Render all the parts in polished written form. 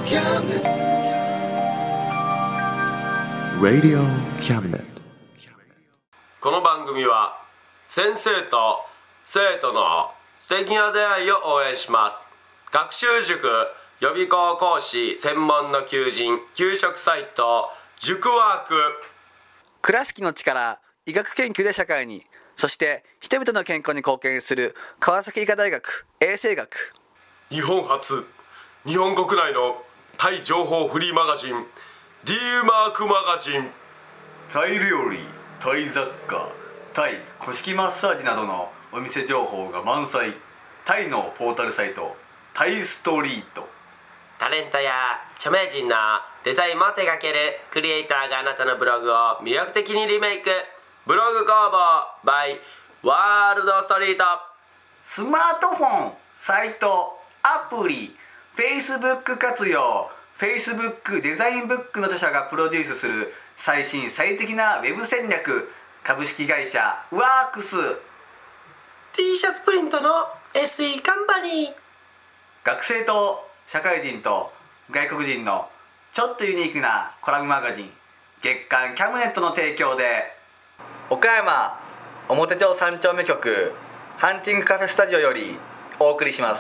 Radio Cabinet。 この番組は先生と生徒の素敵な出会いを応援します。学習塾予備校講師専門の求人・給食サイト塾ワーク。 倉敷の力、医学研究で社会に、そして人々の健康に貢献する川崎医科大学衛生学。 日本初、日本国内のタイ情報フリーマガジン D マークマガジン。 タイ料理、タイ雑貨、タイ古式マッサージなどのお店情報が満載。タイのポータルサイトタイストリート。 タレントや著名人のデザインも手掛けるクリエイターがあなたのブログを魅力的にリメイク。ブログ工房 by ワールドストリート。 スマートフォン、サイト、アプリ、Facebook 活用。Facebook デザインブックの著者がプロデュースする最新最適なウェブ戦略。株式会社ワークス。 T シャツプリントの SE カンパニー。 学生と社会人と外国人のちょっとユニークなコラムマガジン月刊キャムネットの提供で、岡山表町3丁目局ハンティングカフェスタジオよりお送りします。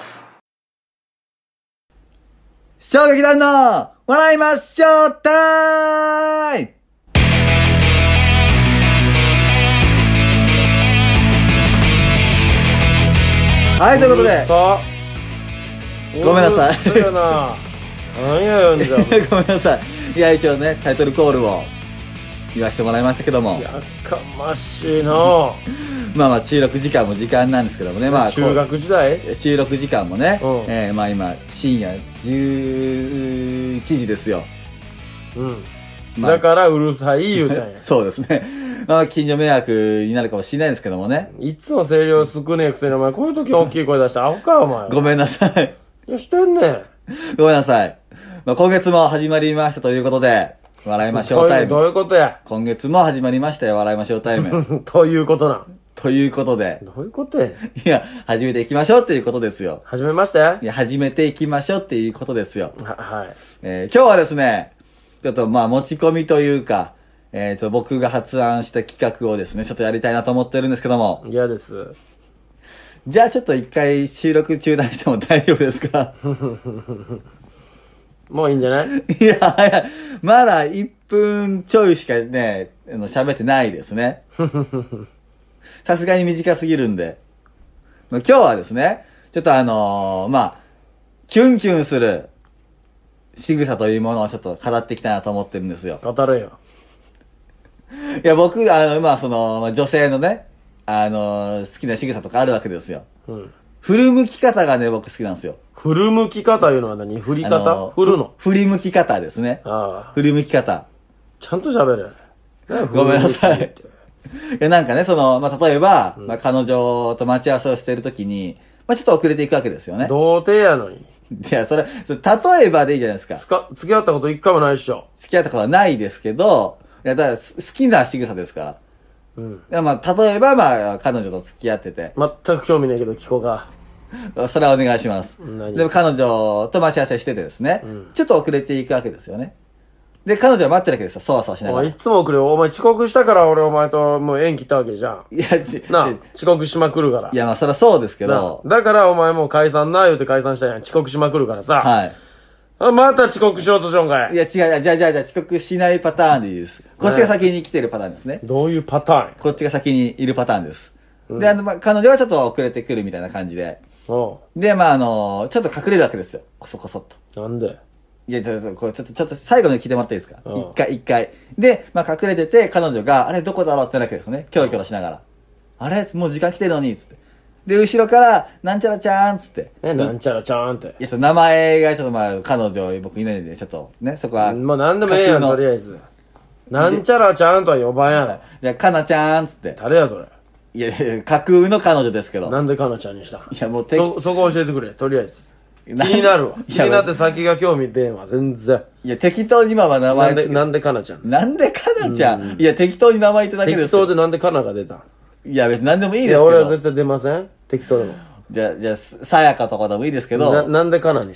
小劇団の笑いましょうタイム。はい、ということでごめんなさい何やよんじゃごめんなさい。いや、一応ねタイトルコールを言わせてもらいましたけども、 やかましいなまあ収録時間も時間なんですけどもね、まあ中学時代収録時間もね、 うんまあ今深夜11時ですよ。 だからうるさい言うたんやそうですね。まあ近所迷惑になるかもしれないですけどもね。 いつも声量少ねえくせにお前こういう時大きい声出してアホかお前。 ごめんなさい。 いやしてんねん。 ごめんなさい。まあ今月も始まりましたということで、笑いましょうタイム。 どういうことや。 今月も始まりましたよ、笑いましょうタイム。 ということなん。 ということで。 どういうことや。 いや、始めていきましょうっていうことですよ。 始めましたよ。 いや、始めていきましょうっていうことですよ。 はい。 今日はですね、ちょっとまあ持ち込みというか、僕が発案した企画をですね、ちょっとやりたいなと思ってるんですけども。 嫌です。 じゃあちょっと一回収録中断しても大丈夫ですか？ もういいんじゃない？ いや、まだ1分ちょいしかね、喋ってないですね。さすがに短すぎるんで。今日はですね、ちょっとまあ、キュンキュンする仕草というものをちょっと語っていきたいなと思ってるんですよ。 語れよ。 いや、僕、まあ、女性のね、好きな仕草とかあるわけですよ。振る向き方がね、僕好きなんですよ。 振る向き方いうのは何？振り方？振るの？ 振り向き方ですね。振り向き方。 ちゃんと喋れ。 ごめんなさい。いや、なんかね、まあ、例えば、まあ、彼女と待ち合わせをしているときに、まあ、ちょっと遅れていくわけですよね。 童貞やのに。 いや、例えばでいいじゃないですか。 付き合ったこと一回もないっしょ。 付き合ったことはないですけど、いや、だから、好きな仕草ですから。いや、まあ、例えば、まあ、彼女と付き合ってて。 全く興味ないけど聞こうか。 それはお願いします。でも彼女と待ち合わせしててですね、ちょっと遅れていくわけですよね。で、彼女は待ってるわけですよ。そわそわしながら。 いつも遅れよ。お前遅刻したから俺お前ともう縁切ったわけじゃん。 いや、 遅刻しまくるから。 いや、まあ、そりゃそうですけど。 だからお前もう解散な言うて解散したやん。遅刻しまくるからさ。 はい。 また遅刻しようとしよんかい。 いや、違う。じゃあ遅刻しないパターンでいいです。こっちが先に来てるパターンですね。 どういうパターン？ こっちが先にいるパターンです。で、まあ、彼女はちょっと遅れてくるみたいな感じで。で、まあ、ちょっと隠れるわけですよ。こそこそっと。 なんで？ いや、ちょっと最後に聞いてもらっていいですか？一回。で、まあ、隠れてて、彼女が、あれ、どこだろうってなるわけですよね。キョロキョロしながら。あれもう時間来てるのに、つって。で、後ろから、なんちゃらちゃーん、つって。 なんちゃらちゃーんって。 いや、名前がちょっとまあ、彼女、僕いないんで、ちょっと、ね、そこは。 もうなんでもええやん、とりあえず。なんちゃらちゃーんとは呼ばんやろ。 じゃあ、かなちゃーん、つって。 誰や、それ。 いや、架空の彼女ですけど。 なんでかなちゃんにした？ いや、もうそこ教えてくれ、とりあえず。気になるわ。気になって先が興味出んわ、全然。 いや、適当に今は名前なんでかなちゃん。 なんでかなちゃん。いや、適当に名前言っただけです。 適当でなんでかなが出た。 いや、別に何でもいいですけど。 いや、俺は絶対出ません。適当でも。 じゃあ、さやかとかでもいいですけど。 なんでかなにしたん？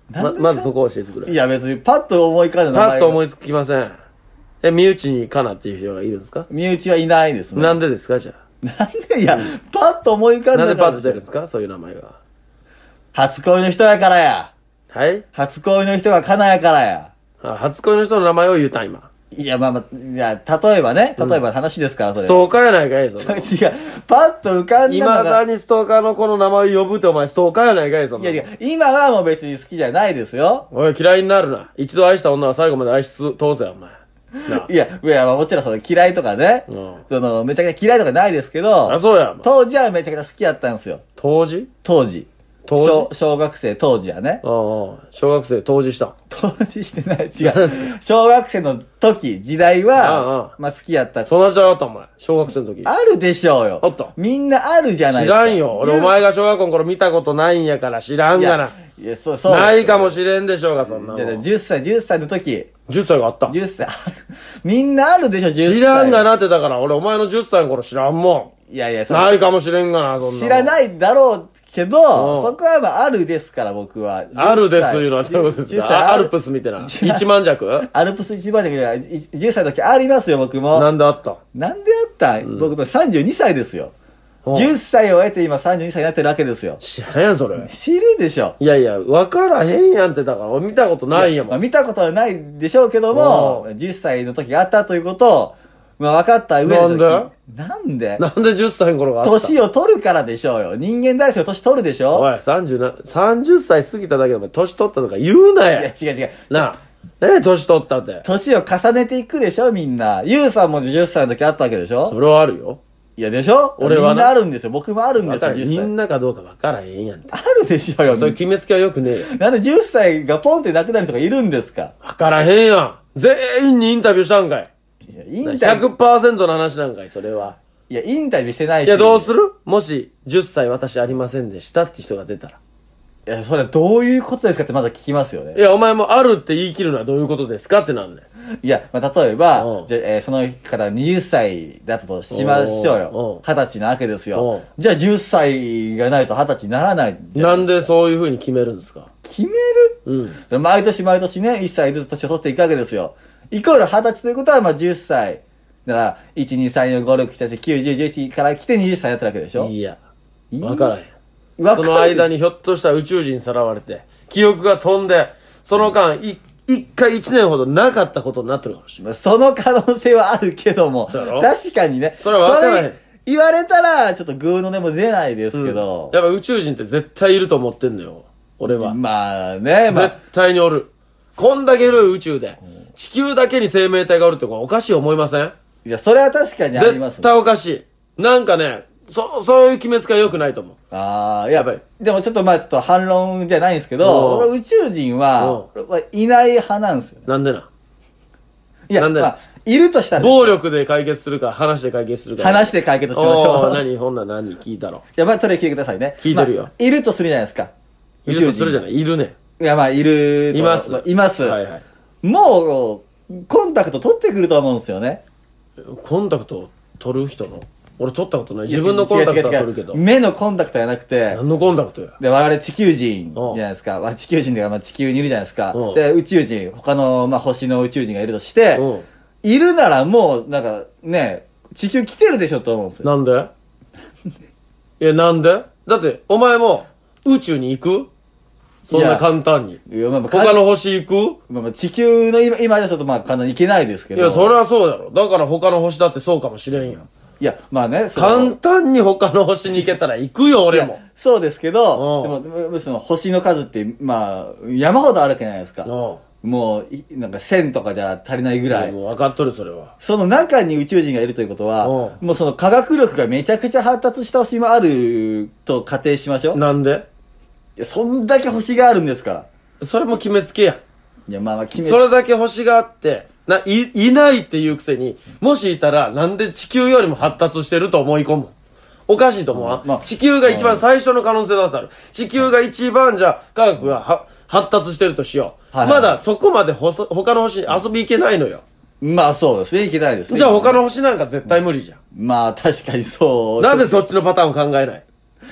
まずそこを教えてくれ。 いや別にパッと思い浮かんだ名前が。 パッと思いつきません。身内にかなっていう人がいるんですか？ 身内はいないですね。 なんでですかじゃなんでいや、パッと思い浮かあ。 んだから。 なんでパッと出るんですかそういう名前が。 初恋の人やからや。 はい初恋の人がかなやからや。 初恋の人の名前を言うたん今。 いや、まあまあ、いや、例えばね、例えばの話ですから、それ。 ストーカーやないかい、そんな。 違う、パッと浮かんだ未のが。 だにストーカーの子の名前を呼ぶってお前ストーカーやないかい、そんな。 いやいや、今はもう別に好きじゃないですよ。 おい、嫌いになるな。一度愛した女は最後まで愛し通せよ、お前。なあいや、まあもちろんその嫌いとかね、 うんめちゃくちゃ嫌いとかないですけど、 あ、そうや、お前当時はめちゃくちゃ好きやったんですよ。 当時当時。 当時小学生当時はね。 小学生当時したん。 当時してない、違う。小学生の時、時代は、まあ好きやった。 そんな時代あったお前。小学生の時。 あるでしょうよ。 あったみんなあるじゃない知ですか。 らんよ。俺お前が小学校の頃見たことないんやから知らんがな。 いや、そう。 ないかもしれんでしょうが、そんなもん。 じゃあ10歳の時、 10歳があった。 10歳。みんなあるでしょ、10歳。 知らんがなってだから、俺お前の10歳の頃知らんもいやいや、 ん。ないかもしれんがな、そんな。。 知らないいだろうけど、そこはまああるですから、僕は。 あるですというのはどういうことです 10歳か？アルプスみたいな。1万弱アルプス一番じゃ10歳の時ありますよ、僕も。 なんであったなんであったん、僕も32歳ですよ。10歳を終えて今32歳になってるわけですよ。 知らんやん、それ。 知るでしょ。 いやいや、わからへんやんって、だから、俺見たことないんやもまあ、 ん。 見たことはないでしょうけども、10歳の時があったということを、まあ分かった上で。 なんでなんでなんで10歳の頃があった年を取るからでしょうよ。人間誰しも年取るでしょ。 おい、30歳過ぎただけでお前年取ったとか言うないや、 や。 違う。 なあ。ねえ、年取ったって。 年を重ねていくでしょ、みんな。ゆうさんも10歳の時あったわけでしょ。 それはあるよ。 いや、でしょ俺はなみんなあるんですよ。僕もあるんですよ、 わからん。 10歳。 みんなかどうかわからへんやんって。 あるでしょうよ。 そういう決めつけはよくねえよ。 なんで10歳がポンって亡くなる人がいるんですか？ わからへんやん。全員にインタビューしたんかい。 いや、インタビュー、 100% の話なんかい、それは。 いや、インタビューしてないし。 いや、どうするもし、10歳私ありませんでしたって人が出たら。 いや、それはどういうことですかってまず聞きますよね。 いや、お前もあるって言い切るのはどういうことですかってなんだよ。 いや、まあ、例えばう、んじゃあその方が20歳だったとしましょうよ。 うん 20歳なわけですうんよ。じゃあ10歳がないと20歳にならないじゃなんでそういう風に決めるんですか？ 決めうん。 る毎年ね、1歳ずつ年を取っていくわけですよ。イコール20歳ということは、まあ10歳。だから、1、2、3、4、5、6、7、8、9、10、11から来て20歳やったわけでしょ。 いや、 いいわからへん。 わかるその間にひょっとしたら宇宙人にさらわれて、記憶が飛んで、その間、一回1年ほどなかったことになってるかもしれない。 その可能性はあるけども、 そうやろ確かにね。 それは分からへんそれ言われたら、ちょっとグーの音も出ないですけど。 やっぱ宇宙人って絶対いると思ってんのよ。俺は。 まあね、ま絶あ、 対におる。こんだけ広い宇宙で、地球だけに生命体がおるっておかしい思いません？ いや、それは確かにあります絶対おかしい。なんかね、そういう決めつけは良くないと思う。 ああ、いややばい、 でもちょっとまあちょっと反論じゃないんですけど、 うん俺宇宙人は、いない派なんですよね。 なんでな。 いや、 なんでまあ、いるとしたらですよ暴力で解決するか、話で解決するか。 話で解決しましょう。い何ほんなら何聞いたろ。 や、まあ、とりあえず聞いてくださいね。 聞いてるよまあいるとするじゃないですか。 いるとするじゃない。いるね。 いや、まあ、いると。 いますいます。 はいはい。 もう、コンタクト取ってくると思うんですよね。 コンタクトを取る人の俺取ったことない。自分のコンタクトは取るけど。 目のコンタクトじゃなくて、 何のコンタクトや。 で、我々地球人じゃないですか。まあ、地球人でまあ地球にいるじゃないですかうん。 で、宇宙人、他の、まあ、星の宇宙人がいるとして、 うん。 いるならもう、なんか、ね、地球来てるでしょと思うんですよ。 なんでいや、なんでだって、お前も宇宙に行くそんな簡単に。 いや、まあ、 他の星行くまあまあ、地球の今でちょっとまあ、簡単に行けないですけど。 いや、それはそうだろ。だから他の星だってそうかもしれんやん。 いや、まあね、その簡単に他の星に行けたら行くよ、俺もいや。そうですけど、 うんでも、その星の数って、まあ、山ほどあるじゃないですか。 うもう、なんか1000とかじゃ足りないぐらい。 もう分かっとる、それは。 その中に宇宙人がいるということは、 うもうその科学力がめちゃくちゃ発達した星もあると仮定しましょう。 なんでいや、そんだけ星があるんですから。 それも決めつけやん。 いや、まあまあ決めそれだけ星があって、いないっていうくせに、もしいたら、なんで地球よりも発達してると思い込むおかしいと思うわ、 まあ地球が一番最初の可能性だったら、地球が一番じゃあ、科学が発達してるとしよう。 はいはいまだそこまで他の星に遊び行けないのよ。 まあそうですね、いけないですね。 じゃあ他の星なんか絶対無理じゃん。 まあ確かにそう。 なんでそっちのパターンを考えない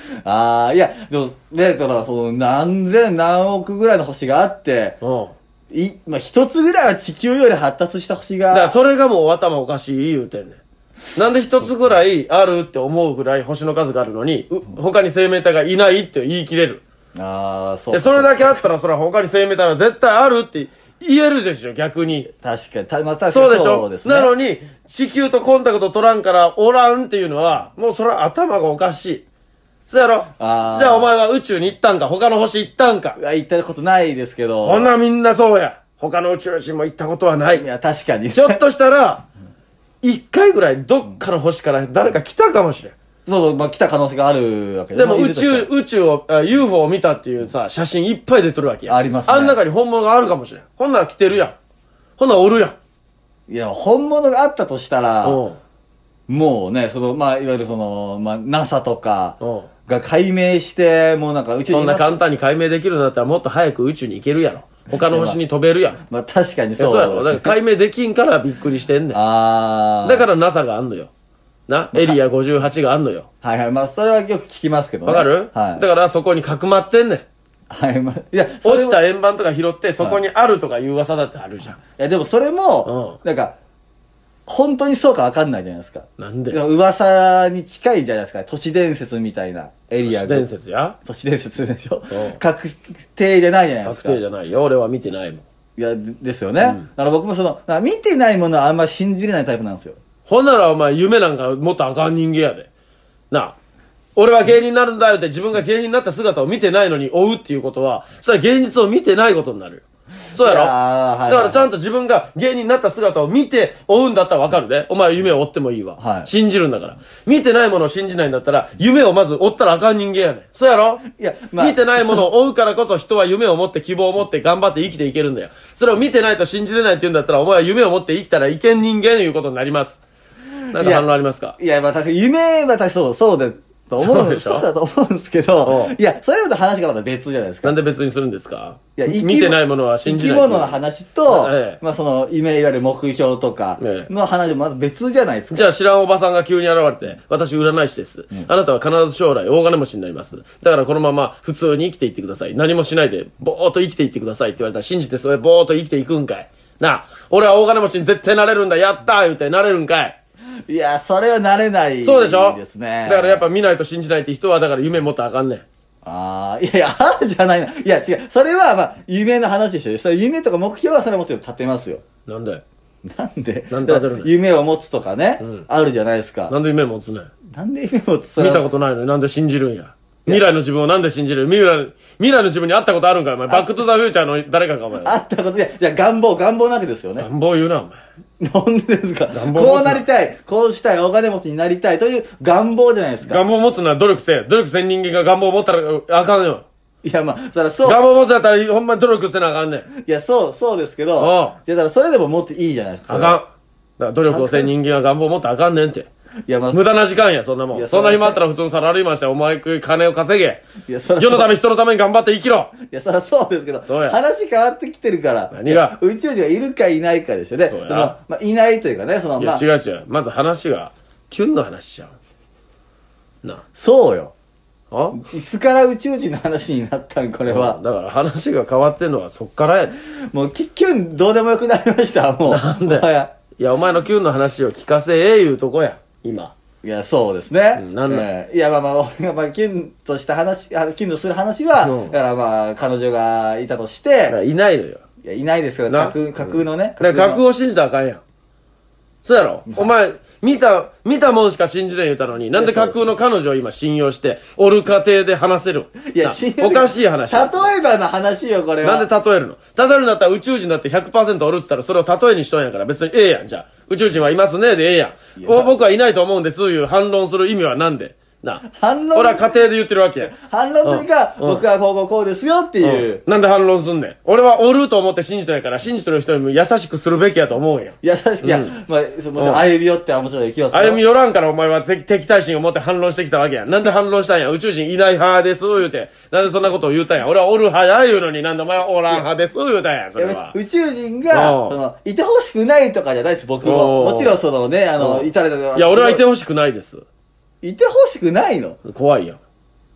いや、でも、ね、だから、その、何千何億ぐらいの星があって、まあ、一つぐらいは地球より発達した星が。 だからそれがもう頭おかしい言うてんねん。なんで一つぐらいあるって思うぐらい星の数があるのに、他に生命体がいないって言い切れる。 そう。 で、それだけあったら、それは他に生命体は絶対あるって言えるでしょ、逆に。 確かに。まあ、確かにそうでしょ。 そうですね。 なのに、地球とコンタクト取らんからおらんっていうのは、もうそれは頭がおかしい。そうやろ。じゃあお前は宇宙に行ったんか、他の星行ったんか。 行ったことないですけど。 ほんなみんなそうや。他の宇宙人も行ったことはない。 いや、確かに。 ひょっとしたら、一回ぐらいどっかの星から誰か来たかもしれん。 そう、まあ、来た可能性があるわけでも宇宙を、UFO を見たっていうさ、写真いっぱい出とるわけや。 ありますね。 あん中に本物があるかもしれん。ほんなら来てるやん。ほんならおるやん。いや、本物があったとしたら、もうね、まあ、いわゆるまあ、NASA とかが解明して、もうなんか宇宙に。 そんな簡単に解明できるんだったらもっと早く宇宙に行けるやろ。他の星に飛べるやん。 まあ、確かにそう。 そうやろ。だから解明できんからびっくりしてんねん。だから NASA があんのよ。エリア58があんのよ。 はいはい。まあ、それはよく聞きますけどね。 わかる？ はい。 だからそこにかくまってんねん。 はい、まあ、いや、 落ちた円盤とか拾って、そこにあるとかいう噂だってあるじゃん。いや、でもそれも、なんか、本当にそうかわかんないじゃないですか。 なんで？ 噂に近いじゃないですか。都市伝説みたいなエリアが。都市伝説や？ 都市伝説でしょ。確定じゃないじゃないですか。 確定じゃないよ。俺は見てないもん。 いや、ですよね。だから僕も見てないものはあんまり信じれないタイプなんですよ。 ほんならお前夢なんかもっとあかん人間やで。なあ。俺は芸人になるんだよって自分が芸人になった姿を見てないのに追うっていうことは、それは現実を見てないことになるよ。そうやろ？だからちゃんと自分が芸人になった姿を見て追うんだったらわかるで。お前は夢を追ってもいいわ。はい。信じるんだから。見てないものを信じないんだったら、夢をまず追ったらあかん人間やねん。そうやろ？いや、まあ、見てないものを追うからこそ人は夢を持って希望を持って頑張って生きていけるんだよ。それを見てないと信じれないって言うんだったら、お前は夢を持って生きたらいけん人間ということになります。なんか反論ありますか？ いや、まあ確かに夢は確かにそうで。そうだと思うんですけど、いや、それと話がまた別じゃないですか。 なんで別にするんですか？いや、見てないものは信じない。 生き物の話と、まあ夢、いわゆる目標とかの話もまた別じゃないですか。 じゃあ知らんおばさんが急に現れて、私占い師です。あなたは必ず将来大金持ちになります。だからこのまま普通に生きていってください。何もしないで、ぼーっと生きていってくださいって言われたら信じてそれぼーっと生きていくんかい。なあ、俺は大金持ちに絶対なれるんだ。やったー言うてなれるんかい。 いや、それはなれないですね。 そうでしょ？だからやっぱ見ないと信じないって人は、だから夢持ったらあかんねん。 いや、あるじゃないな。いや、違う。それは、まあ、夢の話でしょ。それ夢とか目標はそれはもちろん立てますよ。 なんでなんで立てるの？ 夢を持つとかね、あるじゃないですか。 なんで夢持つねん？ なんで夢持つ？ 見たことないのになんで信じるんや。未来の自分をなんで信じる？未来の自分に会ったことあるんかお前。バックトゥザフューチャーの誰かかお前。 会ったことで、じゃあ願望なわけですよね。 願望言うなお前。 なんでですか？こうなりたい、こうしたい、大金持ちになりたいという願望じゃないですか。 願望を持つのは努力せん人間が願望を持ったらあかんよ。 いや、まあ、そらそう。 願望を持つだったらほんまに努力せなあかんねん。 いや、そうですけど、いや、だからそれでも持っていいじゃないですか。 あかん。だから努力をせん人間は願望を持ったらあかんねんって。いや、まあ、無駄な時間や、そんなもん。そんな暇あったら普通のサラリーマンしてお前金を稼げ。いや、世のため人のために頑張って生きろ。 いや、そりゃそうですけど、話変わってきてるから。 何が？ 宇宙人がいるかいないかでしょ。で、まあ、いないというかね、 いや、違う。まず話が、キュンの話しちゃう。な。 そうよ。いつから宇宙人の話になったんこれは。 だから話が変わってんのはそっからや。 もうキュンどうでもよくなりました、もう。 なんで？いや、お前のキュンの話を聞かせいうとこや。今。 いや、そうですね。いや、まあ、俺がキュンとした話、キュンとする話は、だからまあ、彼女がいたとして。 いないのよ。 いや、いないですけど、架空のね。 架空を信じたらあかんやん。そうやろ？お前、見たもんしか信じれん言うたのに、なんで架空の彼女を今信用して、おる過程で話せる？ いや、 おかしい話。 例えばの話よ、これは。 なんで例えるの？例えるんだったら宇宙人だって 100% おるって言ったら、それを例えにしとんやから、別にええやん、じゃあ。宇宙人はいますね、でええやん。僕はいないと思うんです、いう反論する意味はなんで？反論？俺は家庭で言ってるわけや。 反論というか、僕はこうですよっていう。 なんで反論すんねん。俺はおると思って信じてないから、信じてる人にも優しくするべきやと思うんや。 優しく、いや、まあ、もちろん歩み寄って面白い気がする。 歩み寄らんからお前は敵対心を持って反論してきたわけや。なんで反論したんや。宇宙人いない派です、言うて。なんでそんなことを言うたんや。俺はおる派や言うのに、なんでお前はおらん派です、言うたんや、それは。 宇宙人が、いてほしくないとかじゃないです、僕も。もちろんそのね、いたれた。 いや、俺はいてほしくないです。 いてほしくないの？ 怖いやん。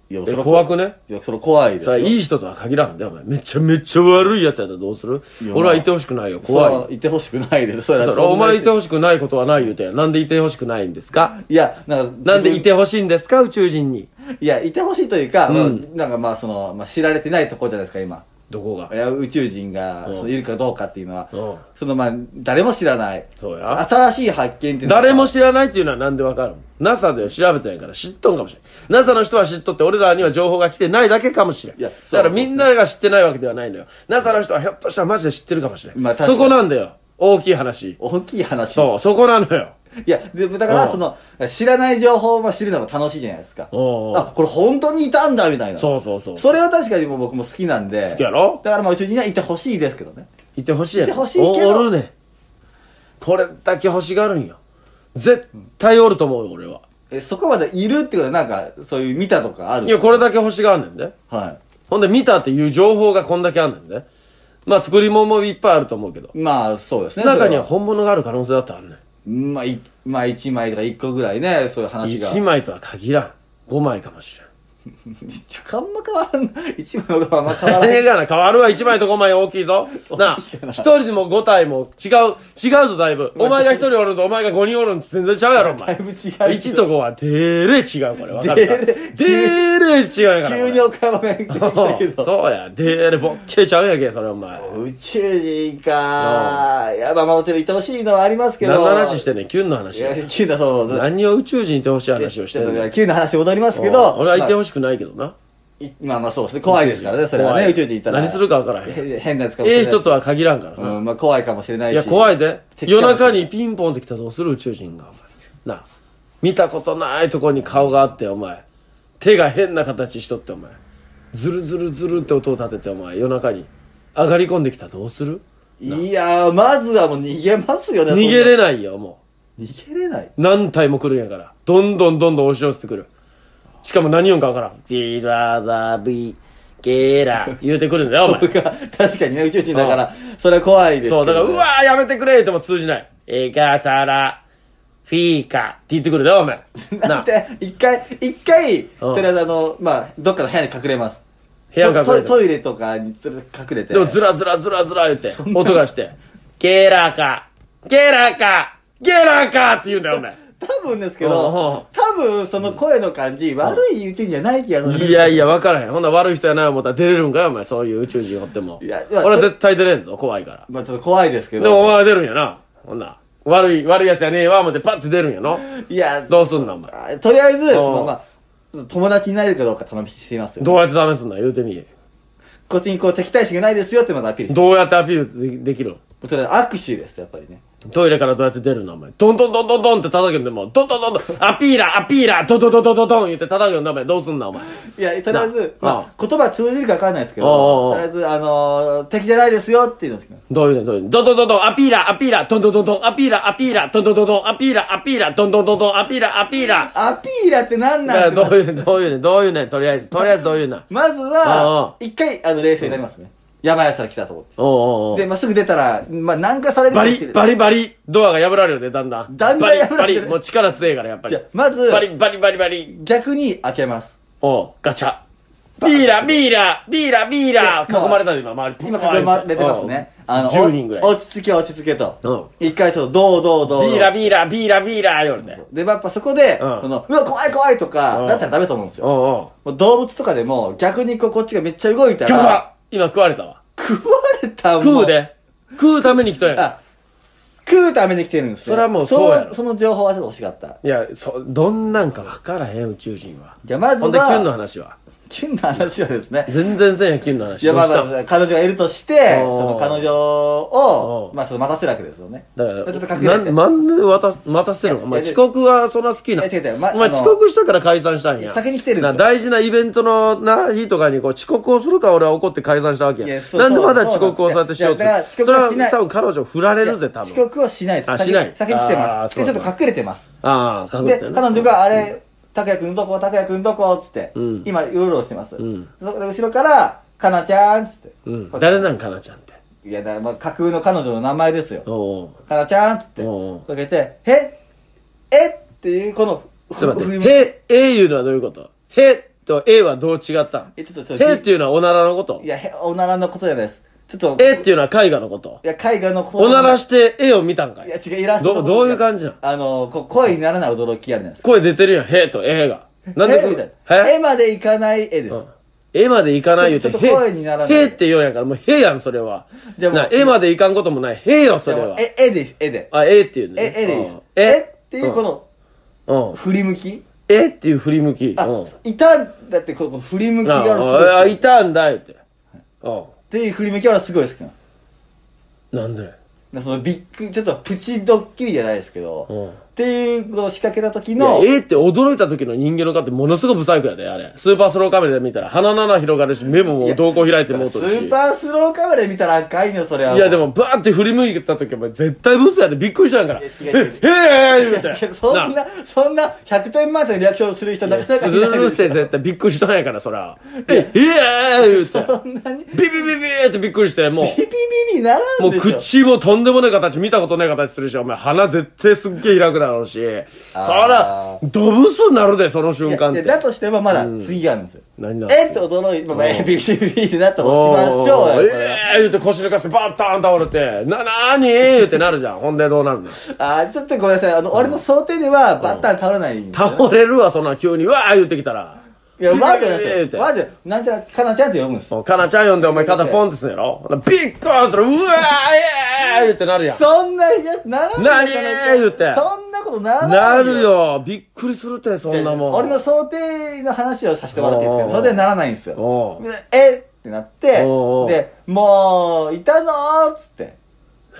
いや怖くね？ いや、それ怖いですよ。 さあ、いい人とは限らんで、お前。めちゃめちゃ悪いやつやったらどうする？俺はいてほしくないよ。怖い。 いてほしくないです。それお前いてほしくないことはない言うてん。なんでいてほしくないんですか？ いや、 なんでいてほしいんですか、宇宙人に。 いや、いてほしいというか、なんかまあ知られてないところじゃないですか、今。 どこが？ いや、宇宙人がいるかどうかっていうのは、 うん。 誰も知らない。 そうや。 新しい発見っていうのは誰も知らないっていうのはなんでわかるの？ NASA で調べてないから知っとんかもしれん。NASA の人は知っとって俺らには情報が来てないだけかもしれん。 いやだからみんなが知ってないわけではないのよ。NASA の人はひょっとしたらマジで知ってるかもしれん。 まあ確かにそこなんだよ。大きい話。 大きい話。 そう、そこなのよ。 いや、でもだから知らない情報を知るのが楽しいじゃないですか。 おうおうあ、これ本当にいたんだみたいな。 そうそうそう。 それは確かにもう僕も好きなんで。 好きやろ？ だから宇宙人にはいてほしいですけどね。 いてほしいやろ。 いてほしいけどおるね。これだけ欲しがるんよ。絶対おると思うよ、俺は。 そこまでいるってことはなんか、そういう見たとかある？ いや、これだけ欲しがんねんで。 はほんで見たっていう情報がこんだけあんねんで。まあ作り物もいっぱいあると思うけど。 い。まあ、そうですね。 中にはそれ本物がある可能性だってあるねん。 まあ、1枚とか1個ぐらいね、そういう話が。 1枚とは限らん。5枚かもしれん。 あんま変わらん。1枚の方があんま変わらない。 ええがな、変わるわ、1枚と5枚大きいぞ。なあ、1人でも5体も違うぞ、だいぶ。お前が1人おるのとお前が5人おるのって全然ちゃうやろ、お前。 だいぶ違う。 1と5はデーレ違う、これ。わかるか？デーレ違うやから。 急に岡山弁出てきたけど。 そうや、デーレボッケちゃうやけ、それお前。 宇宙人か。やば、まあもちろんいてほしいのはありますけど。 何の話してんねん、キュンの話い。や、急な、そう。 何を宇宙人いてほしい話をしてんねん。 急な話戻りますけど。 俺はいてほしくないけどな。 まあそうですね。怖いですからね、それはね、宇宙人いたら。 何するか分からへん。 変なやつかもしれない。 ええ人とは限らんからな。 うん、まあ怖いかもしれないし。 いや、怖いで。 敵かもしれない夜中にピンポンって来たらどうする宇宙人が、お前。なあ。見たことないとこに顔があって、お前。手が変な形しとって、お前。ズルズルズルって音を立てて、お前。夜中に上がり込んできたらどうする？ いやー、まずはもう逃げますよね、 逃げれないよ、も逃げれない。 う。何体も来るんやから。どんどん押し寄せてくる。しかも何音か分からん。ジラザビゲーラ言うてくるんだよ、お前。 確かにね、宇宙人だから、それは怖いですけど、 そう、だから、うわーやめてくれっても通じない。ガサラ、フィーカって言ってくるだよ、お前。 なんて、一回、とりあえずまあ、どっかの部屋に隠れます。 部屋に隠れて。 トイレとかに隠れて。 でも、ズラ言って、音がして、ゲーラーかって言うんだよ、お前。 多分ですけど、多分その声の感じ、悪い宇宙人じゃない気がする。 いや、分からへん。ほんな悪い人やない思ったら出れるんかよ、お前。そういう宇宙人おっても。 いや俺は絶対出れんぞ、怖いから。 まあちょっと怖いですけど。 でもお前は出るんやな。ほんな。悪いやつやねえわ、思ってパッて出るんやの。 いや、 どうすんの、お前。 とりあえず、まあ、友達になれるかどうか試しますよ。 どうやって試すんだ言うてみ。 こっちにこう敵対心がないですよってまずアピールして。 どうやってアピールできるの？ それは握手です、やっぱりね。 トイレからどうやって出るのお前。ドンって叩くんでも、ドンアピーラドン言って叩くんだお前。どうすんなお前。 いや、とりあえず、 な言葉通じるか分かんないですけおど、 うおうとりあえず、敵じゃないですよっていうのですけど。 どういうねドンアピーラドンアピーラアピーラドンアピーラアピーラアピーラって何なんどういうねとりあえずどういうな。 まずは、一回、冷静になりますね。やばい奴ら来たと思って。 おうで、すぐ出たら、なんかされるかもしれない。 バリドアが破られるで、だんだん破られる。 もう力強いから、やっぱり。 じゃまず、 バリ。 逆に開けます。 ガチャ。ビーラ囲まれたで今、周り。 今囲まれてますね。 10人ぐらい。 落ち着けと。一回どう。 ビーラ言うね。 で、やっぱそこで、うわ、怖いとか、だったらダメと思うんですよ。動物とかでも、逆にこっちがめっちゃ動いたら、 今食われたわ。食うために来たやん。 食うために来てるんですよ。 それはもうそうやろ。 その情報はちょっと欲しかった。 いや、どんなんか分からへん、宇宙人は。 じゃあまずは。 ほんで、キュンの話は。 キュンの話はですね。 全然せんや、キュンの話。 いや、まあ、彼女がいるとして、その彼女を、待たせるわけですよね。 だから、 ちょっと隠れて。 なんで待たせるのお前遅刻はそんな好きな。 違う。 お前遅刻したから解散したんや。 先に来てるんですよ。 大事なイベントの日とかに遅刻をするか俺は怒って解散したわけや。なんでまだ遅刻をそうやってしようとする。それは多分彼女振られるぜ、多分。 遅刻はしないです。 しない。 先に来てます。で、ちょっと隠れてます。 隠れてで、彼女が拓也くんどこつって、今、うろうろしてます。そこで後ろから、かなちゃんつって。 誰なんかなちゃんって。 いや、架空の彼女の名前ですよ。かなちゃんつって。かけて、っていう、この、 ちょっと待って、いうのはどういうことってと A はどう違ったん？ ちょっとへっていうのはおならのこと？ いや、おならのことじゃないです。ちょっと。 っていうのは絵画のこと？ いや、絵画のこと。 おならして絵を見たんかい？ いや、違う、イラストのこと。 どういう感じなの声にならない驚きあるじゃないですか。 声出てるやん、へと A が。なんでみたいな。絵までいかない絵です。 絵までいかない言うて、 ちょっと声にならない。 へって言うんやから、もうへやん、それは。 じゃあもう。 絵までいかんこともない。へよ、それは。 絵です、絵で。 あ、絵っていうね。 絵でいいです。絵っていうこの、振り向き絵っていう振り向き。 いたんだって、この振り向きがすごい。 あ、いたんだ、言って。 っていう振り向きはすごい好きなの。なんで？ そのちょっとプチドッキリじゃないですけど、っていうこの仕掛けた時の。 って驚いた時の人間の顔ってものすごくブサイクやで、あれ。スーパースローカメラで見たら鼻の穴広がるし、目ももう瞳孔開いてもうとるし。 スーパースローカメラで見たら赤いの、それは。 いやでもバーって振り向いた時は絶対ブスやでびっくりしたんから。へ言うて。 そんな100点満点のリアクションする人なかなかいない。 するって絶対びっくりしたんやから、そら。言うて。 そんなにビビビビってびっくりして、もう。 ビビビビならんでしょ。 もう口もとんでもない形、見たことない形するし、お前鼻絶対すっげえ開くだろうし。そら、ドブスになるで、その瞬間って。 だとしてもまだ次があるんですよ。 何だって驚いて、ビビビビってなったら押しましょうよ。 言うて腰抜かしてバッターン倒れて、なーに言うてなるじゃん。ほんでどうなるの？ ちょっとごめんなさい。俺の想定ではバッターン倒れないんですよ。 倒れるわ、そんな急に、うわー言うてきたら。 いや、待ってください。マジで、なんちゃら、かなちゃんって読むんです。 かなちゃん読んでお前肩ポンってすんやろ？ビッコーンする、うわー言うてなるやん。 そんな、ならん何言うて。 そんなことならないなるよ。びっくりするって、そんなもん。 俺の想定の話をさせてもらっていいですけど、それでならないんですよ。ってなって、で、もう、いたのーっつって。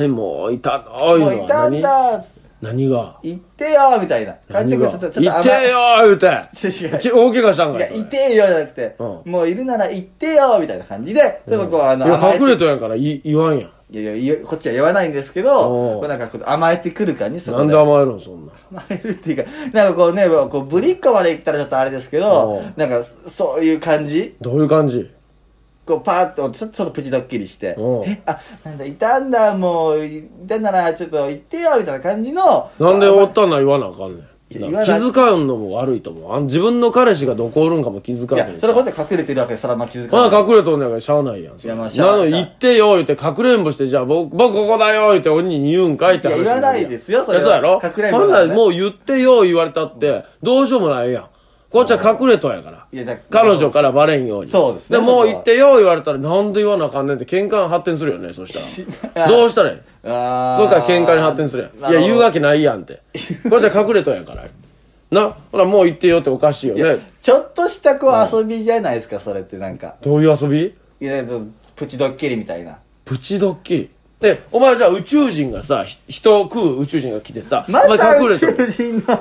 もう、いたのーもういたんだーっつって。 何が行ってよーみたいな。 何が行ってよー言うて。大怪我したんかい。 行ってよじゃなくて、もういるなら行ってよーみたいな感じで、ちょっとこう隠れとやんから言わんやん。 いや、こっちは言わないんですけど、なんかこう甘えてくるかに、 なんで甘えるのそんな。 甘えるっていうか、なんかこうね、こうぶりっ子まで行ったらちょっとあれですけど、なんかそういう感じ。 どういう感じ？ こうパーッとちょっとプチドッキリして、なんだいたんだ、もういたんならちょっと行ってよみたいな感じの。 なんでおったんな言わなあかんねん。気遣うのも悪いと思う。自分の彼氏がどこおるんかも気遣う。 いや、それこそ隠れてるわけで、それはまあ気遣う。 まだ隠れとんねんからしゃあないやん。 いや、まあなのに行ってよ言って隠れんぼして、じゃあ僕ここだよ言って鬼に言うんかいって話。 いや、言わないですよ、それは。 そうやろ？ 隠れんぼだね。 もう言ってよ言われたって、どうしようもないやん。こっちは隠れとんやから。彼女からバレんように。 そうですね。 で、もう言ってよ言われたらなんで言わなあかんねんって喧嘩発展するよね、そしたら。どうしたらいい？それから喧嘩に発展するやん。いや、言うわけないやんって。こっちは隠れとんやから。な、ほら、もう言ってよっておかしいよね。 ちょっとしたこう遊びじゃないですか、それってなんか。 どういう遊び？ いや、プチドッキリみたいな。 プチドッキリ？で、お前じゃあ宇宙人がさ、人を食う宇宙人が来てさ、 お前隠れとって、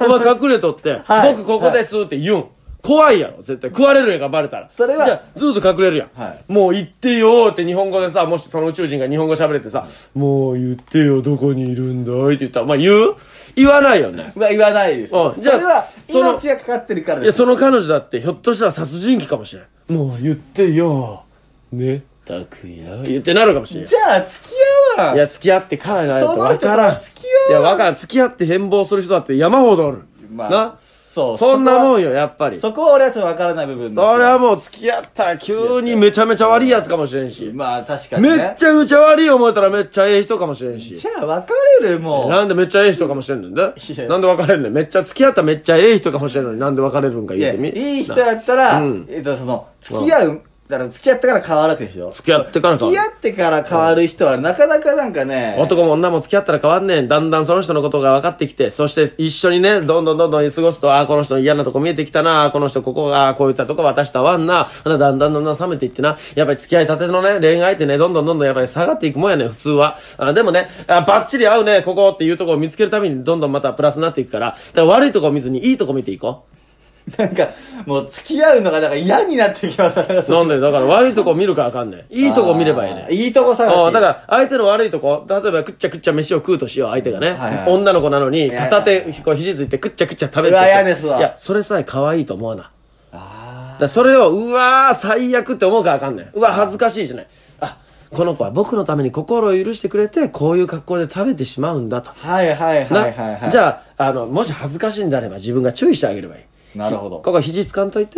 お前隠れとって、僕ここですって言うん。怖いやろ、絶対。食われるんやからバレたら。 それは。 じゃあ、ずっと隠れるやん。もう言ってよって日本語でさ、もしその宇宙人が日本語喋れてさ、もう言ってよ、どこにいるんだいって言ったら、お前言わないよね。 言わないです。じゃあ、それは命がかかってるからです。 いや、その彼女だってひょっとしたら殺人鬼かもしれん。もう言ってよ。ね。たくや。言ってなるかもしれん。 じゃあ、付き合わん。 いや、付き合ってからないとわからん。いや、わからん。付き合って変貌する人だって山ほどおる。な。そんなもんよ、やっぱり。 そこは俺はちょっとわからない部分です。 それはもう付き合ったら急にめちゃめちゃ悪いやつかもしれんし。 まあ確かにね。 めっちゃくちゃ悪い思えたらめっちゃええ人かもしれんし。 じゃあ別れるもう。 なんでめっちゃええ人かもしれんねんだ。なんで別れんねん。めっちゃ付き合ったらめっちゃええ人かもしれんのになんで別れるんか言ってみ。 いい人やったら、その、付き合う、だから付き合ってから変わるわけでしょ。 付き合ってから変わる。 付き合ってから変わる人はなかなかなんかね。 男も女も付き合ったら変わんねん。だんだんその人のことが分かってきて、そして一緒にね、どんどん過ごすと、この人の嫌なとこ見えてきたな、この人ここが、こういったとこ私と合わんな、だんだん冷めていってな、やっぱり付き合いたてのね、恋愛ってね、どんどんやっぱり下がっていくもんやねん、普通は。でもね、バッチリ合うね、ここっていうところを見つけるためにどんどんまたプラスになっていくから、だから悪いとこ見ずにいいとこ見ていこう。 なんか、もう付き合うのがなんか嫌になってきます。 なんでだから悪いとこ見るかあかんねん。いいとこ見ればいいねん。 いいとこ探し。 だから相手の悪いとこ、例えばくっちゃ飯を食うとしよう、相手がね。女の子なのに、片手、こう肘ついてくっちゃ食べる。 うわ、嫌ですわ。 いや、それさえ可愛いと思わな。それを、うわー、最悪って思うからあかんねん。うわ、恥ずかしいじゃない。この子は僕のために心を許してくれて、こういう格好で食べてしまうんだと。 はい。 じゃあ、もし恥ずかしいんであれば自分が注意してあげればいい。 なるほど。 ここ肘つかんといて。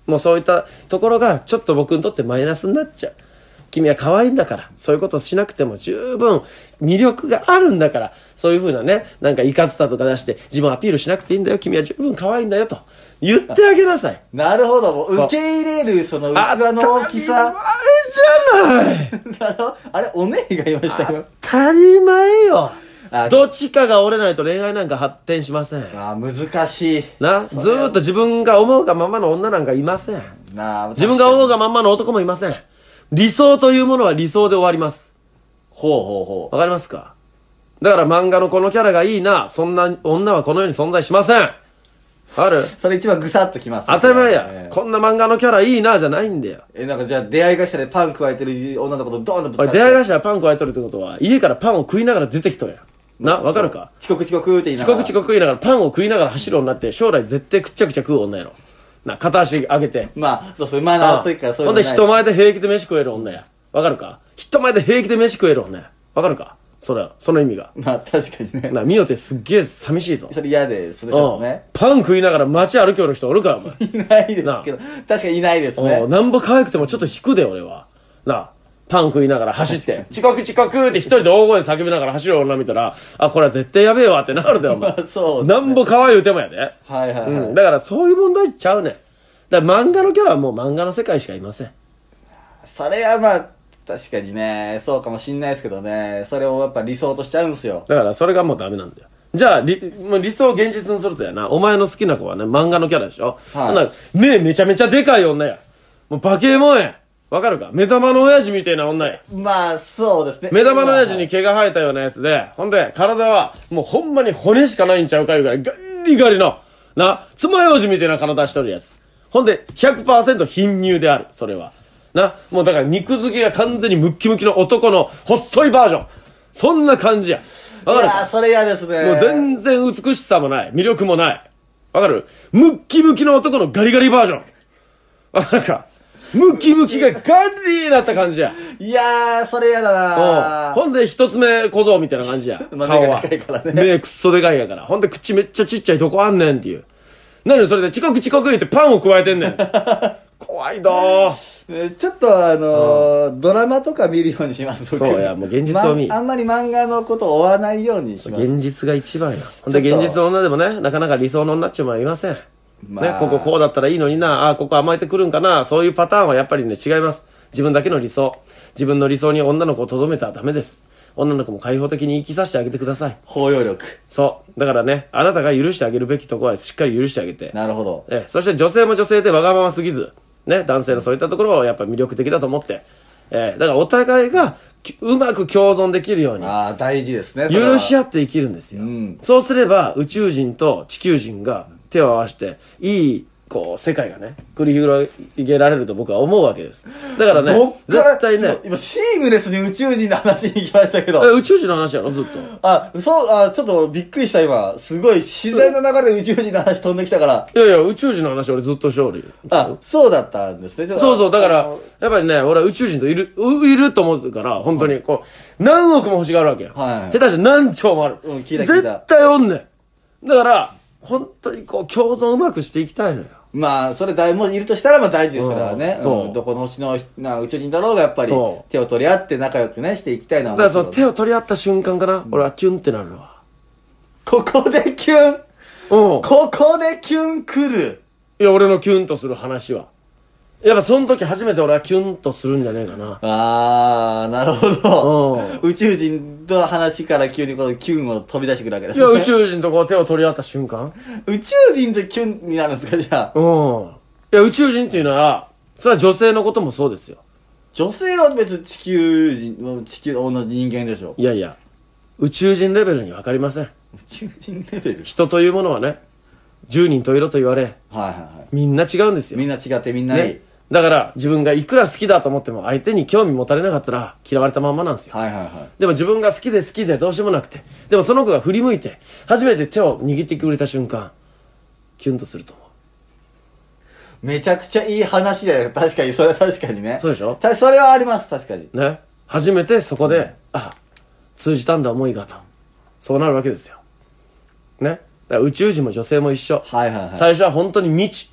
もうそういったところがちょっと僕にとってマイナスになっちゃう。君は可愛いんだから、そういうことしなくても十分魅力があるんだから、そういう風なね、なんかイカツタとか出して自分をアピールしなくていいんだよ。君は十分可愛いんだよと言ってあげなさい。 なるほど。もう受け入れるその器の大きさ。 あれじゃない。 なるほど。あれ、お姉がいましたよ。 当たり前よ。どっちかが折れないと恋愛なんか発展しません。 難しい。 な、ずーっと自分が思うがままの女なんかいません。自分が思うがままの男もいません。理想というものは理想で終わります。わかりますか？だから漫画のこのキャラがいいな、そんな女はこの世に存在しません。ある？ それ一番ぐさっときます。 当たり前や。こんな漫画のキャラいいなじゃないんだよ。 なんかじゃあ出会い頭でパン加えてる女の子とドーンとぶつかって。 出会い頭パン加えとるってことは、家からパンを食いながら出てきとるやん。な、わかるか？ 遅刻って言いながら。 遅刻言いながらパンを食いながら走る女って将来絶対くっちゃくちゃ食う女やろ。な、片足上げて。 そう、前の時からそういうの。 ほんで人前で平気で飯食える女や。わかるか？人前で平気で飯食える女や。わかるか？その意味が。 確かにね。 ミオってすっげえ寂しいぞ。 それ嫌ですね。 パン食いながら街歩きおる人おるかお前。 いないですけど。確かにいないですね。 なんぼ可愛くてもちょっと引くで俺は。パン食いながら走って、遅刻って一人で大声叫びながら走る女見たら、これは絶対やべえわってなるでお前。 そう。 なんぼ可愛い歌もやで。だからそういう問題ちゃうねん。だから漫画のキャラはもう漫画の世界しかいません。 それは確かにね、そうかもしんないですけどね、それをやっぱ理想としちゃうんすよ。 だからそれがもうダメなんだよ。じゃあもう理想を現実にするとやな、お前の好きな子はね、漫画のキャラでしょ。目めちゃめちゃでかい女や。もうバケモンや。わかるか？目玉の親父みたいな女や。 そうですね。 目玉の親父に毛が生えたようなやつで、ほんで、体はもうほんまに骨しかないんちゃうかいうぐらいガリガリの、爪楊枝みたいな体しとるやつ。ほんで、100% 貧乳である、それは。もうだから肉付きが完全にムッキムキの男の細いバージョン。そんな感じや。わかるか？ それ嫌ですね。 もう全然美しさもない。魅力もない。わかる？ムッキムキの男のガリガリバージョン。わかるか？ムキムキがガリーなった感じや。 それやだな。 ほんで一つ目小僧みたいな感じや。顔は。目くっそでかいやから。ほんで口めっちゃちっちゃいとこあんねんっていう。なのにそれで遅刻言ってパンを加えてんねん。怖いどー。 ちょっとドラマとか見るようにします。 そうや、もう現実を見。 あんまり漫画のことを追わないようにします。 現実が一番や。ほんで現実の女でもね、なかなか理想の女っちゅうもんはいません。ここうだったらいいのにな、ここ甘えてくるんかな、そういうパターンはやっぱりね、違います。自分だけの理想。自分の理想に女の子を留めたらダメです。女の子も開放的に生きさせてあげてください。 包容力。 そう。だからね、あなたが許してあげるべきところはしっかり許してあげて。 なるほど。 そして女性も女性でわがまますぎず、ね、男性のそういったところはやっぱ魅力的だと思って、だからお互いがうまく共存できるように。 大事ですね。 許し合って生きるんですよ。そうすれば宇宙人と地球人が手を合わせて、いい、世界がね、繰り広げられると僕は思うわけです。だからね、絶対ね。 今、シームレスに宇宙人の話に行きましたけど。 宇宙人の話やろ、ずっと。 ちょっとびっくりした今。すごい自然な流れで宇宙人の話飛んできたから。 いや、宇宙人の話俺ずっとしておるよ。 そうだったんですね。 そう、だから、やっぱりね、俺は宇宙人といると思うから、本当に、何億も星があるわけよ。下手したら何兆もある。絶対おんねん。だから、本当に共存うまくしていきたいのよ。 それもいるとしたら大事ですからね。どこの星の宇宙人だろうがやっぱり手を取り合って仲良くねしていきたいのは。 だからその手を取り合った瞬間かな、俺はキュンってなるわ。 ここでキュン。ここでキュン来る。 いや、俺のキュンとする話は。やっぱその時初めて俺はキュンとするんじゃねえかな。 なるほど。宇宙人の話から急にキュンを飛び出してくるわけですね。 いや、宇宙人と手を取り合った瞬間。 宇宙人とキュンになるんですか、じゃあ。 いや、宇宙人っていうのは、それは女性のこともそうですよ。 女性は別に地球同じ人間でしょ。 いや、宇宙人レベルに分かりません。 宇宙人レベル？ 人というものはね、10人十色と言われ、みんな違うんですよ。 みんな違ってみんないい。 だから自分がいくら好きだと思っても相手に興味持たれなかったら嫌われたまんまなんですよ。でも自分が好きでどうしようもなくて、でもその子が振り向いて初めて手を握ってくれた瞬間、キュンとすると思う。 めちゃくちゃいい話だよ。確かに、それは確かにね。 そうでしょ？ それはあります、確かに。 ね。初めてそこで、通じたんだ思いがと。そうなるわけですよ。ね。だから宇宙人も女性も一緒。最初は本当に未知。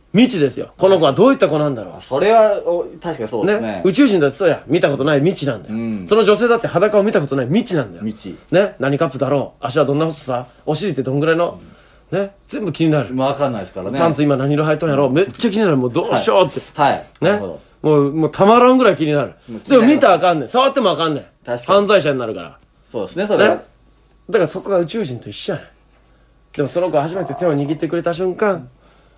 未知ですよ。この子はどういった子なんだろう。 それは確かにそうですね。 宇宙人だってそうや。見たことない未知なんだよ。その女性だって裸を見たことない未知なんだよ。 未知。 ね。何カップだろう。足はどんな細さ。お尻ってどんぐらいの。ね。全部気になる。 わかんないですからね。 パンツ今何色履いとんやろう。めっちゃ気になる。もうどうしようって。 はい。 ね。もうたまらんぐらい気になる。でも見たらあかんねん。触ってもあかんねん。 確かに。 犯罪者になるから。 そうですね、それは。 だからそこが宇宙人と一緒やねん。でもその子初めて手を握ってくれた瞬間、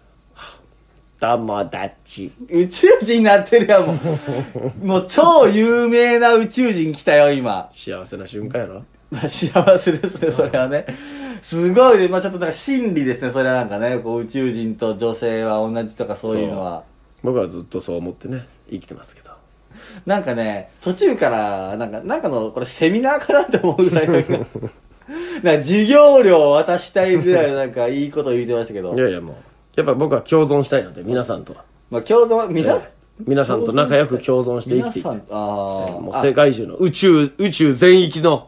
友達。 宇宙人になってるやん、もう。もう超有名な宇宙人来たよ、今。 幸せな瞬間やろ。 幸せですね、それはね。すごいね。ちょっとなんか真理ですね、それはなんかね。宇宙人と女性は同じとかそういうのは。 僕はずっとそう思ってね、生きてますけど。 なんかね、途中から、なんかの、これセミナーかなって思うぐらいなんか授業料を渡したいぐらいなんかいいこと言ってましたけど。 いやいやもう、やっぱ僕は共存したいので、皆さんとは。 共存は、 皆さんと仲良く共存して生きていきたい。 もう世界中の宇宙全域の、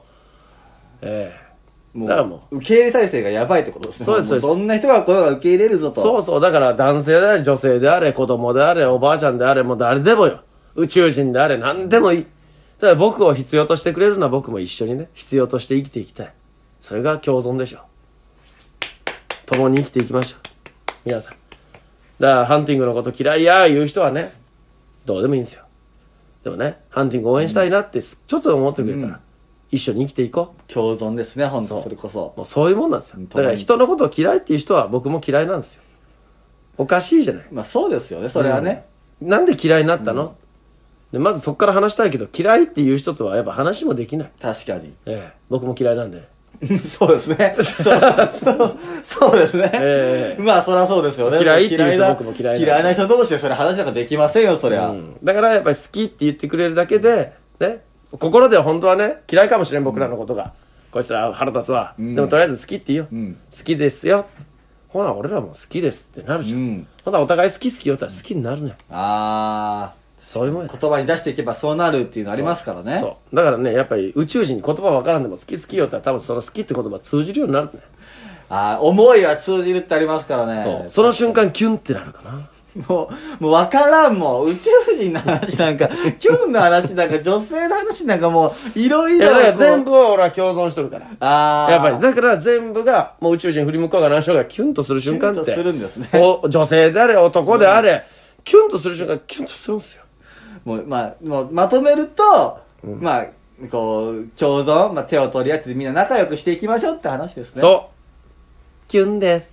もうだからもう、受け入れ体制がやばいってことですね。 そうです、そうです。 どんな人がこれが受け入れるぞと。 そうそう、だから男性であれ、女性であれ、子供であれ、おばあちゃんであれ、もう誰でもよ。宇宙人であれ、何でもいい。ただ僕を必要としてくれるのは僕も一緒にね、必要として生きていきたい。それが共存でしょ。共に生きていきましょう。皆さん。だから、ハンティングのこと嫌いや言う人はね、どうでもいいんですよ。でもね、ハンティング応援したいなって、ちょっと思ってくれたら、一緒に生きていこう。 共存ですね、本当それこそ。 もうそういうもんなんですよ。だから人のことを嫌いっていう人は僕も嫌いなんですよ。おかしいじゃない。 そうですよね、それはね。 なんで嫌いになったの、でまずそこから話したいけど、嫌いっていう人とはやっぱ話もできない。 確かに。 僕も嫌いなんで。 そうですね。そうですね。そりゃそうですよね。 嫌いっていう人僕も嫌いな人同士でそれ話なんかできませんよ、そりゃ。 だからやっぱり好きって言ってくれるだけで、ね、心では本当はね、嫌いかもしれん、僕らのことが。こいつら腹立つわ。でもとりあえず好きって言うよ。好きですよ。ほな、俺らも好きですってなるじゃん。ほな、お互い好き言ったら好きになるね。そういうもんや。 言葉に出していけばそうなるっていうのありますからね。 そう。だからね、やっぱり宇宙人に言葉分からんでも好きよって多分その好きって言葉通じるようになるね。 思いは通じるってありますからね。 そう。その瞬間キュンってなるかな。 もう分からんもん。宇宙人の話なんか、キュンの話なんか、女性の話なんかもう、いろいろ。 だから全部を俺は共存しとるから。やっぱり、だから全部が、もう宇宙人振り向こうが何しようがキュンとする瞬間って。 キュンとするんですね。 女性であれ、男であれ、キュンとする瞬間、キュンとするんですよ。 もうまとめると、共存、手を取り合ってみんな仲良くしていきましょうって話ですね。 そう。キュンです。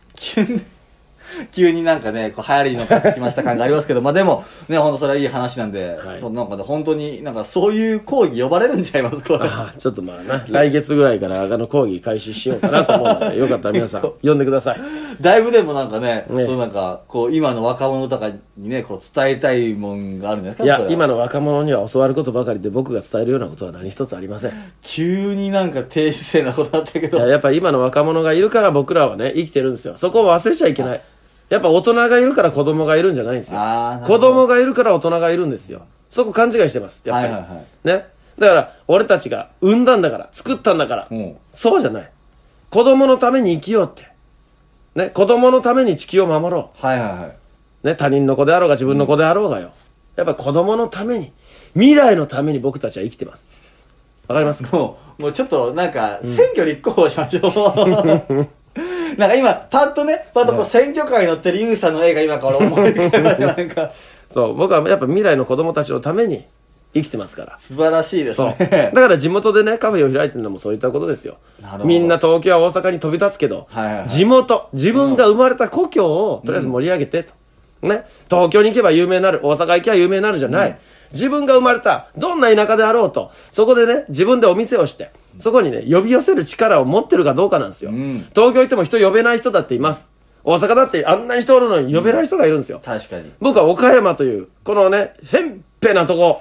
急になんかね、流行りに乗ってきました感がありますけど、でも、ね、ほんとそれはいい話なんで、なんかね、本当になんかそういう講義呼ばれるんちゃいますこれ。 ちょっと来月ぐらいから講義開始しようかなと思うので、よかったら皆さん、呼んでください。 だいぶでもなんかね、今の若者とかにね、伝えたいもんがあるんですか？ いや、今の若者には教わることばかりで僕が伝えるようなことは何一つありません。 急になんか低姿勢なことだったけど。 やっぱ今の若者がいるから僕らはね、生きてるんですよ。そこを忘れちゃいけない。やっぱ大人がいるから子供がいるんじゃないんですよ。子供がいるから大人がいるんですよ。そこ勘違いしてます。やっぱり。ね。だから、俺たちが産んだんだから、作ったんだから、そうじゃない。子供のために生きようって。ね。子供のために地球を守ろう。ね。他人の子であろうが自分の子であろうがよ。やっぱ子供のために、未来のために僕たちは生きてます。わかりますか？ もうちょっとなんか、選挙立候補しましょう。なんか今、パッと選挙カーに乗ってるユウさんの映画今から思い浮かべました、なんか。 そう、僕はやっぱ未来の子供たちのために生きてますから。 素晴らしいですね。 だから地元でね、カフェを開いてるのもそういったことですよ。みんな東京や大阪に飛び立つけど、地元、自分が生まれた故郷をとりあえず盛り上げてと。ね。東京に行けば有名になる、大阪行けば有名になるじゃない。自分が生まれた、どんな田舎であろうと、そこでね、自分でお店をして、そこにね、呼び寄せる力を持ってるかどうかなんですよ。東京行っても人呼べない人だっています。大阪だってあんなに人おるのに呼べない人がいるんですよ。 確かに。 僕は岡山という、このね、へんぺなとこ。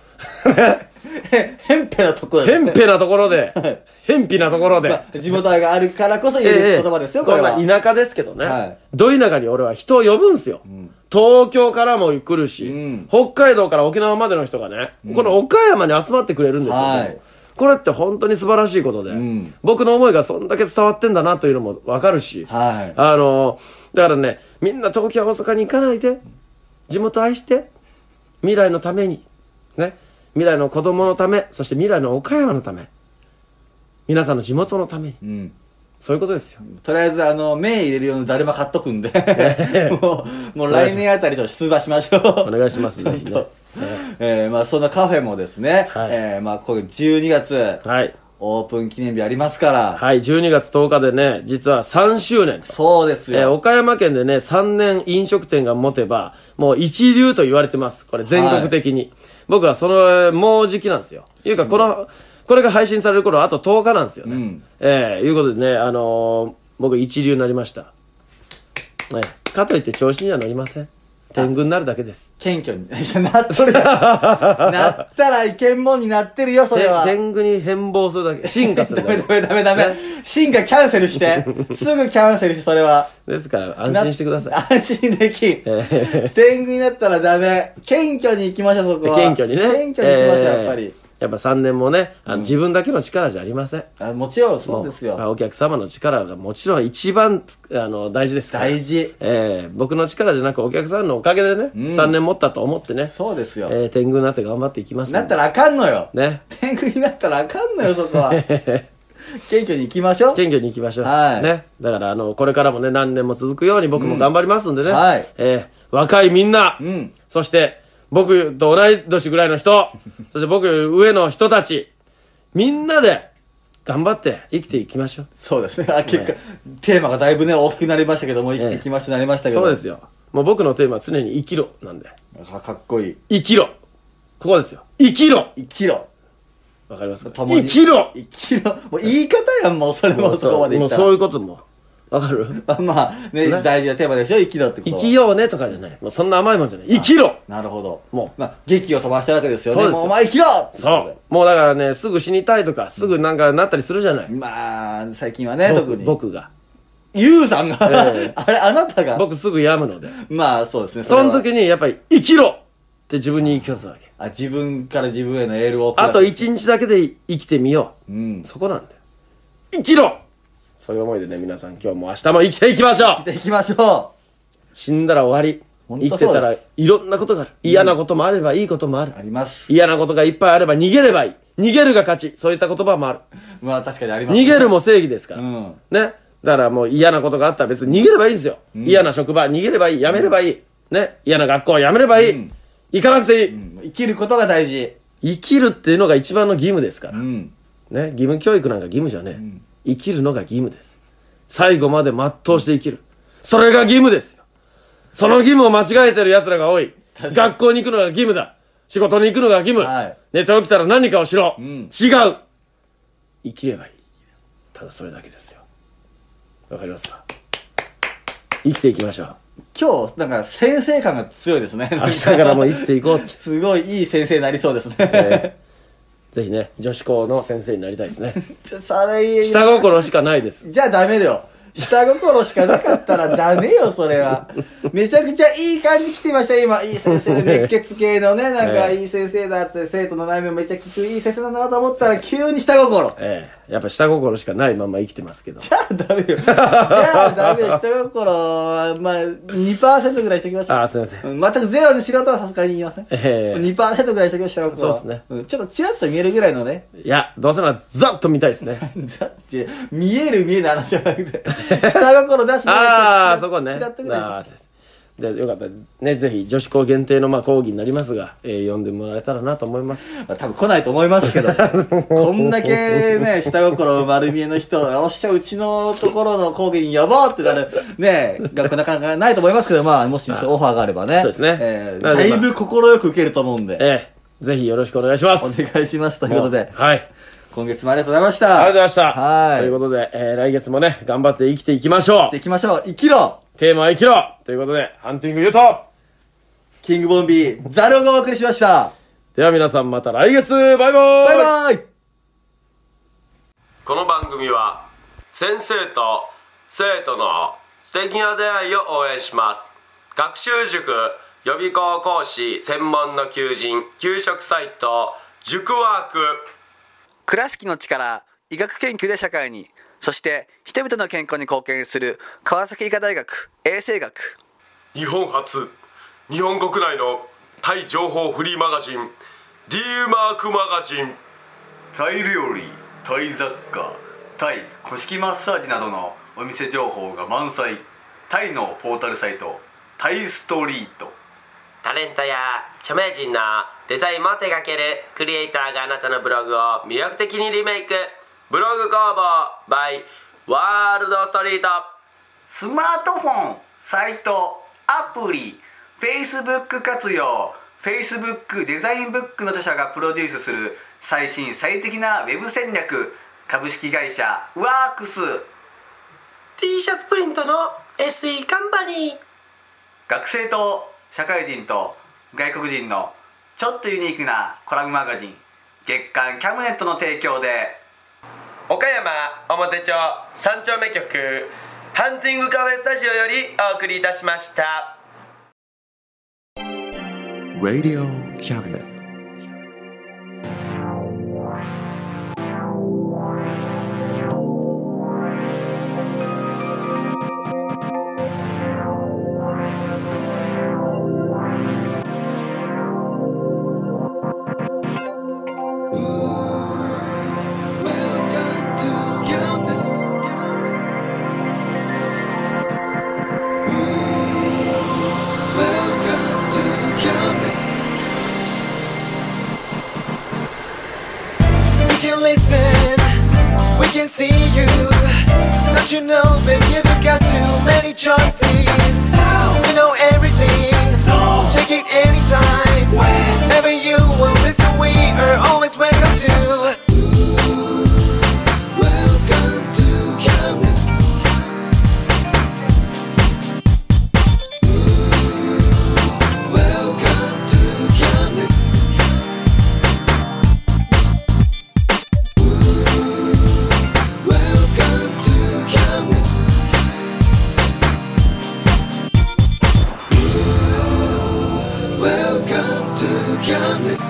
へんぺなところで。へんぺなところで。へんぴなところで。 地元愛があるからこそ言える言葉ですよ、これは。 こんな田舎ですけどね。ど田舎に俺は人を呼ぶんですよ。東京からも来るし、北海道から沖縄までの人がね、この岡山に集まってくれるんですよ。これって本当に素晴らしいことで、僕の思いがそんだけ伝わってんだなというのもわかるし、だからね、 みんな東京大阪に行かないで、地元愛して、未来のためにね、未来の子供のため、そして未来の岡山のため、皆さんの地元のために、そういうことですよ。 とりあえず麺入れるようなだるま買っとくんでもう来年あたりと出馬しましょう。 お願いしますぜひね。 まあそんなカフェもですね、まあこれ12月、オープン記念日ありますから。 はい、12月10日でね、実は3周年。 そうですよ。 岡山県でね、3年飲食店が持てば、もう一流と言われてます。これ全国的に。僕はその、もう時期なんですよ。いうか、これが配信される頃、あと10日なんですよね。いうことでね、僕一流になりました。かといって調子には乗りません。天狗になるだけです。 謙虚に。なっとるやん。なったらいけんもんになってるよ、それは。 天狗に変貌するだけ。進化するだけ。 ダメ。進化キャンセルして。すぐキャンセルして、それは。 ですから、安心してください。 安心できん。天狗になったらダメ。謙虚に行きましょう、そこは。 謙虚にね。 謙虚に行きましょう、やっぱり。 やっぱ3年もね、自分だけの力じゃありません。 もちろんそうですよ。 お客様の力がもちろん一番、大事ですから。 大事。 僕の力じゃなくお客さんのおかげでね、3年持ったと思ってね。 そうですよ。 天狗になって頑張っていきます。 なったらあかんのよ。 ね。 天狗になったらあかんのよ、そこは。謙虚に行きましょう。 謙虚に行きましょう。 はい。 ね。だからこれからもね、何年も続くように僕も頑張りますんでね。 はい。 若いみんな、そして、僕と同い年ぐらいの人、そして僕上の人たち、みんなで頑張って生きていきましょう。 そうですね。結果、テーマがだいぶね、大きくなりましたけども、生きていきましょうなりましたけど。 そうですよ。もう僕のテーマは常に生きろなんで。 かっこいい。 生きろ。ここですよ。生きろ。 生きろ。 わかりますか？生きろ。 生きろ。もう言い方やん、もうそれもそこまで言ったら。 もうそういうことも。わかる？ まあ、ね、大事なテーマですよ、生きろってことは。 生きようねとかじゃない。もうそんな甘いもんじゃない。生きろ。 なるほど。 もう。 まあ、劇を飛ばしたわけですよね。 そうです。 もうお前生きろ。 そう。もうだからね、すぐ死にたいとか、すぐなんかなったりするじゃない。 まあ、最近はね、特に。 僕が。 ゆうさんが、あれ、あなたが。 僕すぐ病むので。 まあ、そうですね。 その時に、やっぱり、生きろって自分に言い聞かすわけ。 自分から自分へのエールを。 あと1日だけで生きてみよう。そこなんだよ。生きろ。そういう思いでね、皆さん今日も明日も生きていきましょう。 生きていきましょう。死んだら終わり。生きてたらいろんなことがある。嫌なこともあればいいこともある。 あります。 嫌なことがいっぱいあれば逃げればいい。逃げるが勝ち。そういった言葉もある。 まあ確かにあります。 逃げるも正義ですから。ね。だからもう嫌なことがあったら別に逃げればいいんですよ。嫌な職場逃げればいい。辞めればいい。ね。嫌な学校辞めればいい。行かなくていい。 生きることが大事。 生きるっていうのが一番の義務ですから。ね。義務教育なんか義務じゃねえ。生きるのが義務です。最後まで全うして生きる。それが義務ですよ。その義務を間違えてる奴らが多い。学校に行くのが義務だ。仕事に行くのが義務。寝て起きたら何かをしろ。違う。生きればいい。ただそれだけですよ。わかりますか？生きていきましょう。 今日、なんか先生感が強いですね。 明日からも生きていこうって。 すごいいい先生になりそうですね。 ぜひね、女子校の先生になりたいですね。下心しかないです。 じゃあダメだよ。下心しかなかったらダメよ、それは。めちゃくちゃいい感じ来てましたよ、今。いい先生で、熱血系のね、なんかいい先生だって、生徒の悩みをめっちゃ聞くいい先生だなと思ってたら、急に下心。 やっぱ下心しかないまま生きてますけど。 じゃあダメよ。じゃあダメよ。下心は、まあ、2% ぐらいしてきました。 すいません。 全くゼロにしろとはさすがに言いません。2% ぐらいしてきました、下心。 そうですね。 ちょっとチラッと見えるぐらいのね。 いや、どうせならザッと見たいですね。 ザッて、見える見えない話じゃなくて。下心出すのそこね。 チラッとぐらいでよかったね、ぜひ女子校限定の講義になりますが、読んでもらえたらなと思います。 多分来ないと思いますけど、こんだけね、下心丸見えの人、よっしゃ、うちのところの講義に呼ぼうってなる、ね、学校なかなかないと思いますけど、まあ、もしオファーがあればね。 そうですね。 だいぶ心よく受けると思うんで。 ぜひよろしくお願いします。 お願いします。ということで。 はい。 今月もありがとうございました。 ありがとうございました。 はい。 ということで、来月もね、頑張って生きていきましょう。 生きていきましょう。生きろ。 テーマは生きろということで、ハンティングユートキングボンビー、ザルがお送りしました。 では皆さんまた来月バイバイバイバイ。 この番組は、先生と生徒の素敵な出会いを応援します。学習塾予備校講師専門の求人、給食サイト、塾ワーク。 倉敷の力、医学研究で社会に、そして人々の健康に貢献する川崎医科大学衛生学。 日本初、日本国内のタイ情報フリーマガジン D マークマガジン。 タイ料理、タイ雑貨、タイ古式マッサージなどのお店情報が満載。タイのポータルサイトタイストリート。 タレントや著名人のデザインも手掛けるクリエイターがあなたのブログを魅力的にリメイク。ブログ工房 by ワールドストリート。 スマートフォン、サイト、アプリ、Facebook 活用。 Facebook デザインブックの著者がプロデュースする最新最適なウェブ戦略。株式会社ワークス。 T シャツプリントの SE カンパニー。 学生と社会人と外国人のちょっとユニークなコラムマガジン月刊キャムネットの提供で岡山表町3丁目局ハンティングカフェスタジオよりお送りいたしました。 Radio Cabinet. Listen, we can see you. Don't you know, baby, you've got too many choices. You know everything, so check it anytime. Whenever you want, listen, we are always welcome to. Welcome to Camden. Welcome to Camden. Welcome to Camden.